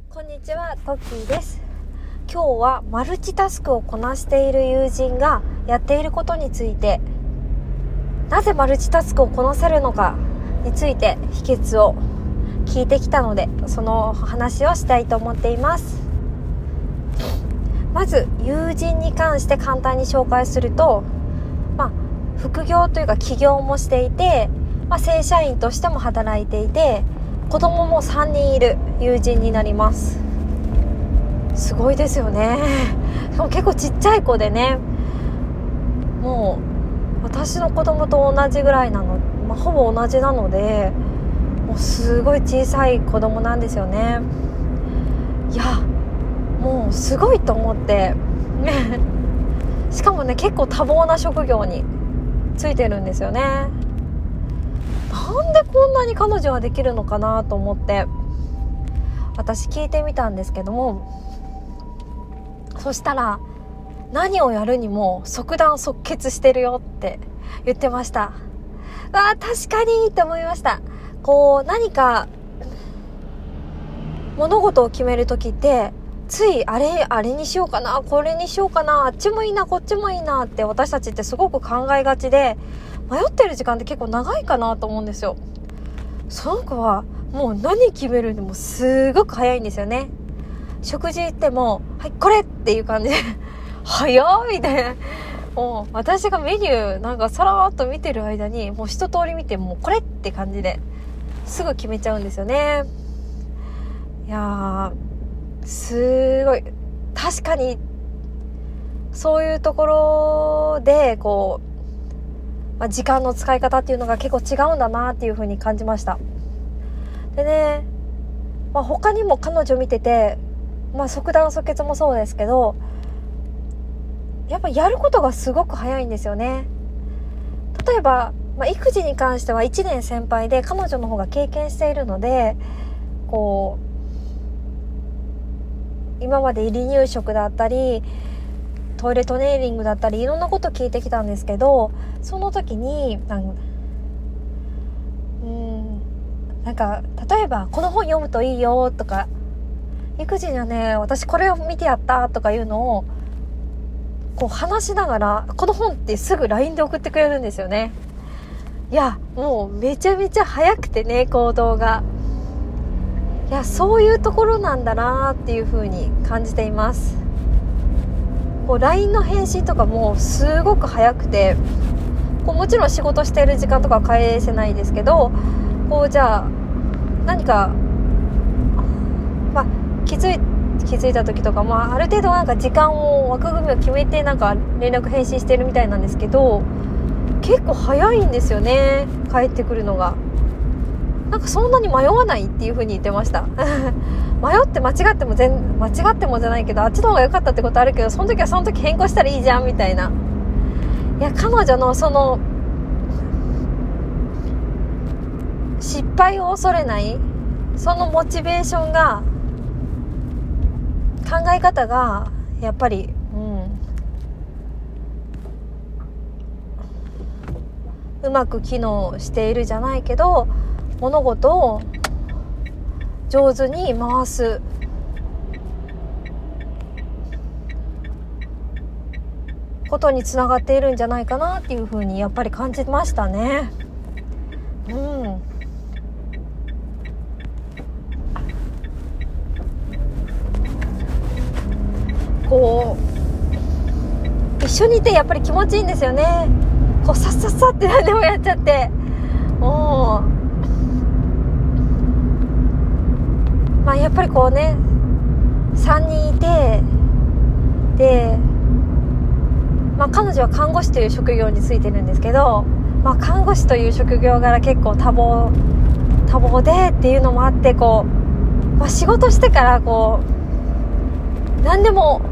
こんにちは、トッキーです。今日はマルチタスクをこなしている友人がやっていることについて、なぜマルチタスクをこなせるのかについて秘訣を聞いてきたので、その話をしたいと思っています。まず友人に関して簡単に紹介すると、副業というか起業もしていて、正社員としても働いていて、子供も3人いる友人になります。すごいですよね。しかも結構ちっちゃい子でね、もう私の子供と同じぐらいなの、ほぼ同じなので、もうすごい小さい子供なんですよね。いや、もうすごいと思ってしかもね、結構多忙な職業についてるんですよね。なんでこんなに彼女はできるのかなと思って私聞いてみたんですけども、そしたら何をやるにも即断即決してるよって言ってました。確かにって思いました。何か物事を決めるときってついあれにしようかな、これにしようかな、あっちもいいな、こっちもいいなって私たちってすごく考えがちで、迷ってる時間って結構長いかなと思うんですよ。その子はもう何決めるにもすごく早いんですよね。食事行っても、はいこれっていう感じで早いみたいな。もう私がメニューさらーっと見てる間にもう一通り見て、もうこれって感じですぐ決めちゃうんですよね。いやー、すごい確かにそういうところで時間の使い方っていうのが結構違うんだなっていう風に感じました。でね、他にも彼女見てて、即断即決もそうですけど、やっぱやることがすごく早いんですよね。例えば、育児に関しては1年先輩で彼女の方が経験しているので、今まで離乳食だったりトイレトレーニングだったりいろんなこと聞いてきたんですけど、その時に例えばこの本読むといいよとか、育児にはね私これを見てやったとかいうのを話しながら、この本ってすぐ LINE で送ってくれるんですよね。いや、もうめちゃめちゃ早くてね、行動が。いや、そういうところなんだなっていう風に感じています。LINE の返信とかもすごく早くて、もちろん仕事している時間とかは返せないですけど、じゃあ何か、気づいた時とか、ある程度時間を枠組みを決めて連絡返信してるみたいなんですけど、結構早いんですよね、帰ってくるのが。そんなに迷わないっていう風に言ってました迷って間違ってもじゃないけど、あっちの方が良かったってことあるけど、その時はその時変更したらいいじゃんみたいな。いや、彼女のその失敗を恐れないそのモチベーションが、考え方がやっぱりうまく機能しているじゃないけど、物事を上手に回すことにつながっているんじゃないかなっていうふうにやっぱり感じましたね。一緒にいてやっぱり気持ちいいんですよね。さっさっさって何でもやっちゃって、やっぱり3人いて、で、彼女は看護師という職業についてるんですけど、看護師という職業柄結構多忙でっていうのもあって、仕事してから何でも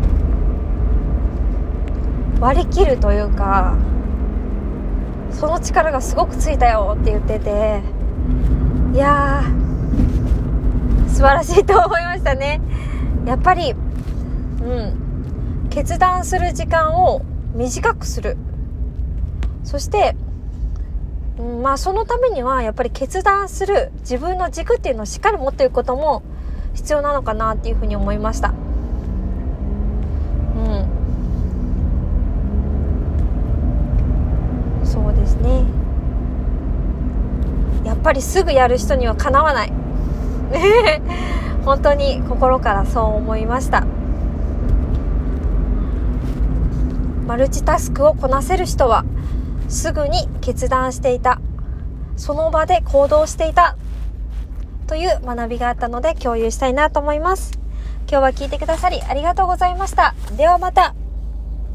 割り切るというか、その力がすごくついたよって言ってて、いやー、素晴らしいと思いましたね。やっぱり決断する時間を短くする。そしてそのためにはやっぱり決断する自分の軸っていうのをしっかり持っていくことも必要なのかなっていうふうに思いました。そうですね。やっぱりすぐやる人にはかなわない本当に心からそう思いました。マルチタスクをこなせる人はすぐに決断していた、その場で行動していたという学びがあったので共有したいなと思います。今日は聞いてくださりありがとうございました。ではまた。